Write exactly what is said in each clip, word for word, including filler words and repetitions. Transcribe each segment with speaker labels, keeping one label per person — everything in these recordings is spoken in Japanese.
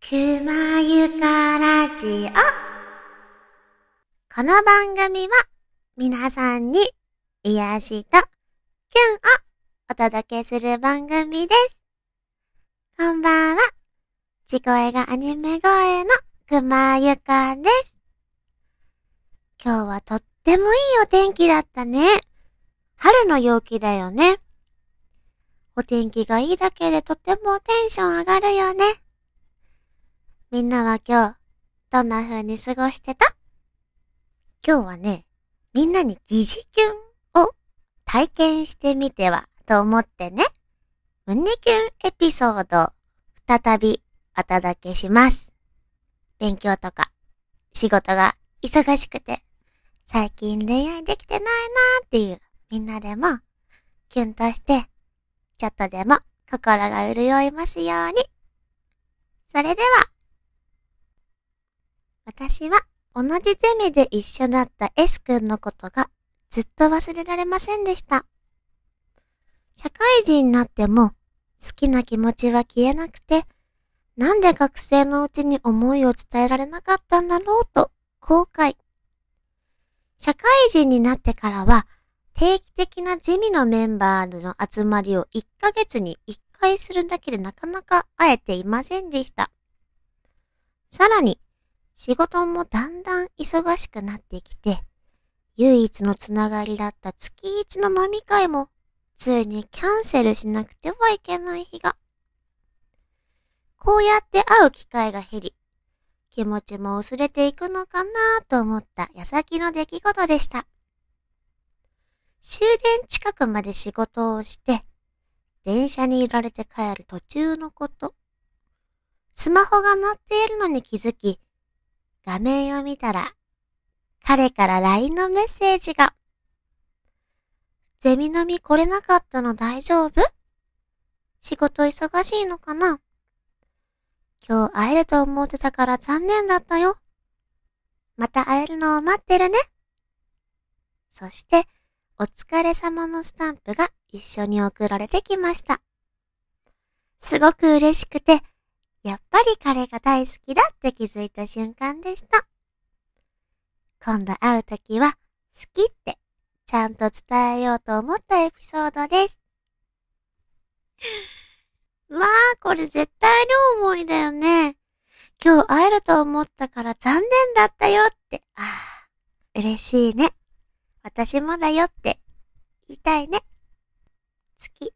Speaker 1: くまゆかラジオ。この番組は皆さんに癒しとキュンをお届けする番組です。こんばんは。地声がアニメ声のくまゆかです。今日はとってもいいお天気だったね。春の陽気だよね。お天気がいいだけでとてもテンション上がるよね。みんなは今日、どんな風に過ごしてた？今日はね、みんなに疑似キュンを体験してみてはと思ってね、胸キュンエピソードを再びお届けします。勉強とか仕事が忙しくて、最近恋愛できてないなーっていうみんなでもキュンとして、ちょっとでも心が潤いますように。それでは、私は同じゼミで一緒だった S 君のことがずっと忘れられませんでした。社会人になっても好きな気持ちは消えなくて、なんで学生のうちに思いを伝えられなかったんだろうと後悔。社会人になってからは定期的なゼミのメンバーの集まりをいっかげつにいっかいするだけでなかなか会えていませんでした。さらに、仕事もだんだん忙しくなってきて、唯一のつながりだった月一の飲み会も、ついにキャンセルしなくてはいけない日が。こうやって会う機会が減り、気持ちも薄れていくのかなと思った矢先の出来事でした。終電近くまで仕事をして、電車に揺られて帰る途中のこと。スマホが鳴っているのに気づき、画面を見たら、彼から ライン のメッセージが。ゼミ飲み来れなかったの大丈夫？仕事忙しいのかな？今日会えると思ってたから残念だったよ。また会えるのを待ってるね。そして、お疲れ様のスタンプが一緒に送られてきました。すごく嬉しくて、やっぱり彼が大好きだって気づいた瞬間でした。今度会うときは、好きってちゃんと伝えようと思ったエピソードです。まあ、これ絶対両思いだよね。今日会えると思ったから残念だったよって。ああ、嬉しいね。私もだよって言いたいね。好き。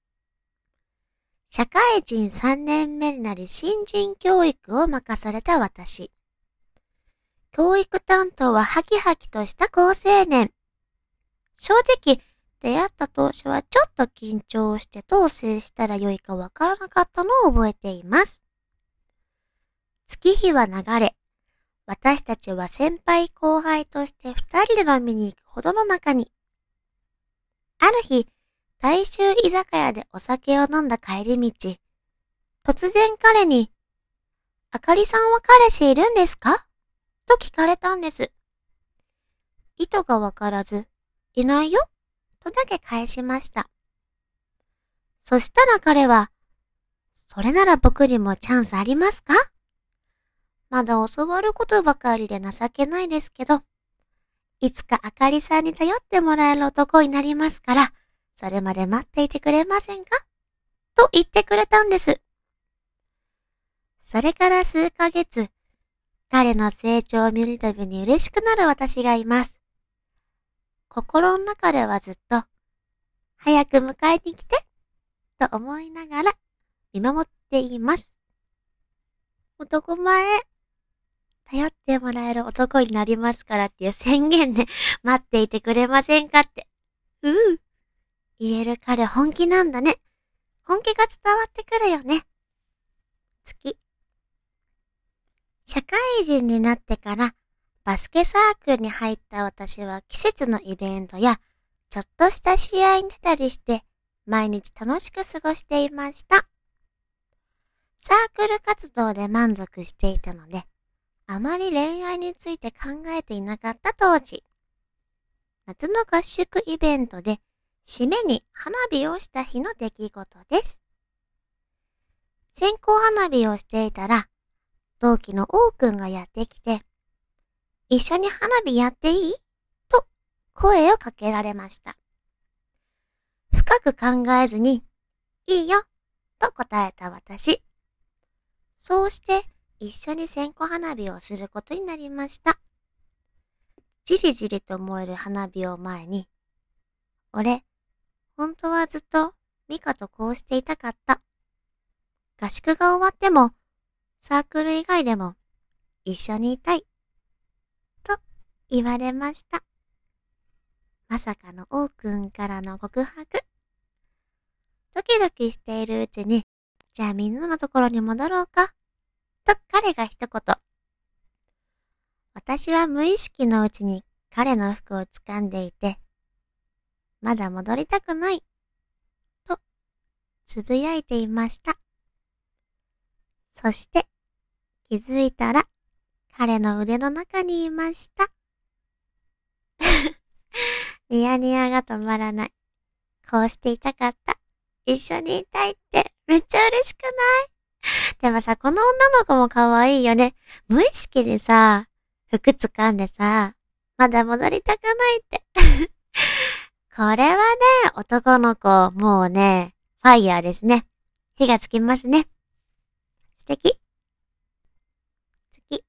Speaker 1: 社会人さんねんめになり新人教育を任された私。教育担当はハキハキとした好青年。正直、出会った当初はちょっと緊張してどう接したらよいかわからなかったのを覚えています。月日は流れ、私たちは先輩後輩として二人で飲みに行くほどの仲に。ある日、大衆居酒屋でお酒を飲んだ帰り道、突然彼に、あかりさんは彼氏いるんですか？と聞かれたんです。意図がわからず、いないよとだけ返しました。そしたら彼は、それなら僕にもチャンスありますか？まだ教わることばかりで情けないですけど、いつかあかりさんに頼ってもらえる男になりますから、それまで待っていてくれませんか？と言ってくれたんです。それから数ヶ月、彼の成長を見るたびに嬉しくなる私がいます。心の中ではずっと、早く迎えに来て、と思いながら見守っています。男前、頼ってもらえる男になりますからっていう宣言で待っていてくれませんかって。うう。言える彼本気なんだね。本気が伝わってくるよね。月。社会人になってからバスケサークルに入った私は季節のイベントやちょっとした試合に出たりして毎日楽しく過ごしていました。サークル活動で満足していたので、あまり恋愛について考えていなかった当時。夏の合宿イベントで締めに花火をした日の出来事です。線香花火をしていたら、 同期の王くんがやってきて、一緒に花火やっていい？と声をかけられました。深く考えずに、いいよ、と答えた私。そうして一緒に線香花火をすることになりました。じりじりと燃える花火を前に、俺、本当はずっとミカとこうしていたかった。合宿が終わっても、サークル以外でも一緒にいたい。と言われました。まさかの王くんからの告白。ドキドキしているうちに、じゃあみんなのところに戻ろうか。と彼が一言。私は無意識のうちに彼の服を掴んでいて、まだ戻りたくない。とつぶやいていました。そして気づいたら彼の腕の中にいました。ニヤニヤが止まらない。こうしていたかった。一緒にいたいってめっちゃ嬉しくない？でもさ、この女の子も可愛いよね。無意識にさ、服掴んでさ、まだ戻りたくないって。これはね、男の子、もうね、ファイヤーですね。火がつきますね。素敵。次。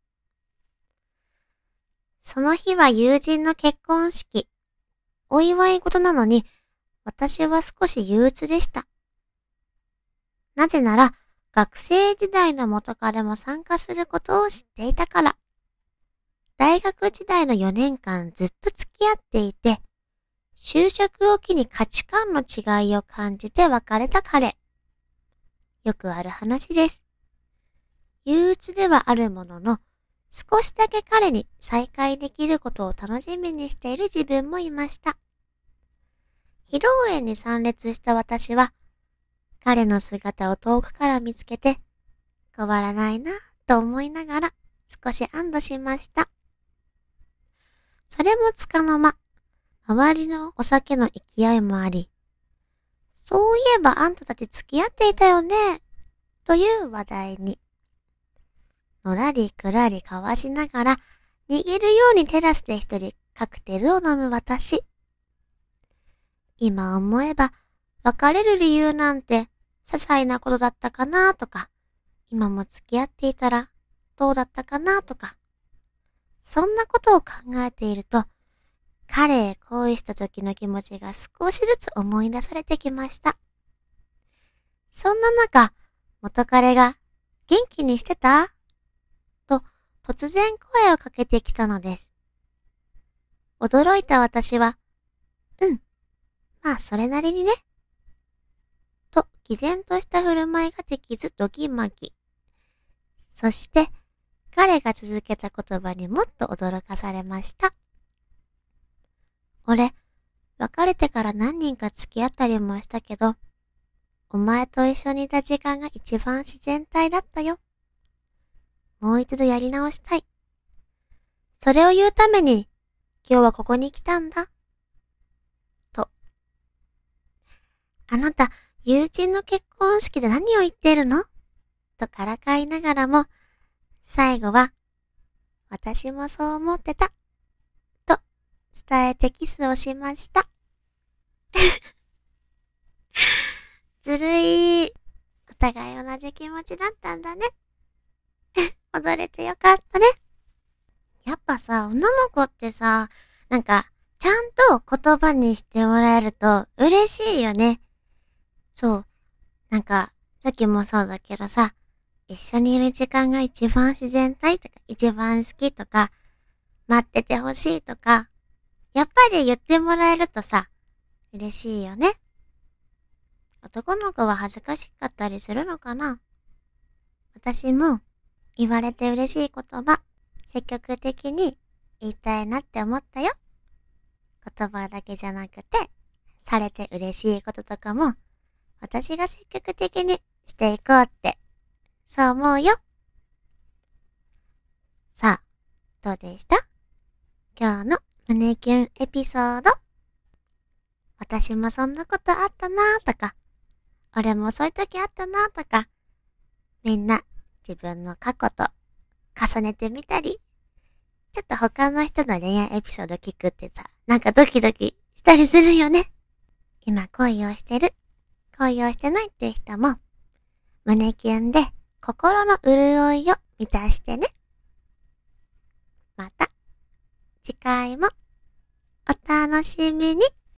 Speaker 1: その日は友人の結婚式。お祝い事なのに、私は少し憂鬱でした。なぜなら、学生時代の元彼も参加することを知っていたから。大学時代のよねんかんずっと付き合っていて、就職を機に価値観の違いを感じて別れた彼。よくある話です。憂鬱ではあるものの、少しだけ彼に再会できることを楽しみにしている自分もいました。披露宴に参列した私は、彼の姿を遠くから見つけて、変わらないなと思いながら少し安堵しました。それもつかの間、周りのお酒の勢いもあり、そういえばあんたたち付き合っていたよね、という話題に。のらりくらり交わしながら、握るようにテラスで一人カクテルを飲む私。今思えば、別れる理由なんて些細なことだったかなとか、今も付き合っていたらどうだったかなとか、そんなことを考えていると、彼へ恋した時の気持ちが少しずつ思い出されてきました。そんな中、元彼が元気にしてた？と突然声をかけてきたのです。驚いた私は、うん、まあそれなりにね。と、毅然とした振る舞いができずドキマキ。そして、彼が続けた言葉にもっと驚かされました。俺、別れてから何人か付き合ったりもしたけど、お前と一緒にいた時間が一番自然体だったよ。もう一度やり直したい。それを言うために、今日はここに来たんだ。と。あなた、友人の結婚式で何を言っているの？とからかいながらも、最後は、私もそう思ってた。と伝えてキスをしました。ずるい。お互い同じ気持ちだったんだね。踊れてよかったね。やっぱさ、女の子ってさ、なんか、ちゃんと言葉にしてもらえると嬉しいよね。そう。なんか、さっきもそうだけどさ、一緒にいる時間が一番自然体とか、一番好きとか、待っててほしいとか、やっぱり言ってもらえるとさ、嬉しいよね。男の子は恥ずかしかったりするのかな？私も言われて嬉しい言葉、積極的に言いたいなって思ったよ。言葉だけじゃなくて、されて嬉しいこととかも、私が積極的にしていこうって、そう思うよ。さあ、どうでした？今日の胸キュンエピソード。私もそんなことあったなーとか、俺もそういう時あったなーとか、みんな自分の過去と重ねてみたり、ちょっと他の人の恋愛エピソード聞くってさ、なんかドキドキしたりするよね。今恋をしてる、恋をしてないっていう人も、胸キュンで心の潤いを満たしてね。また、次回もお楽しみに。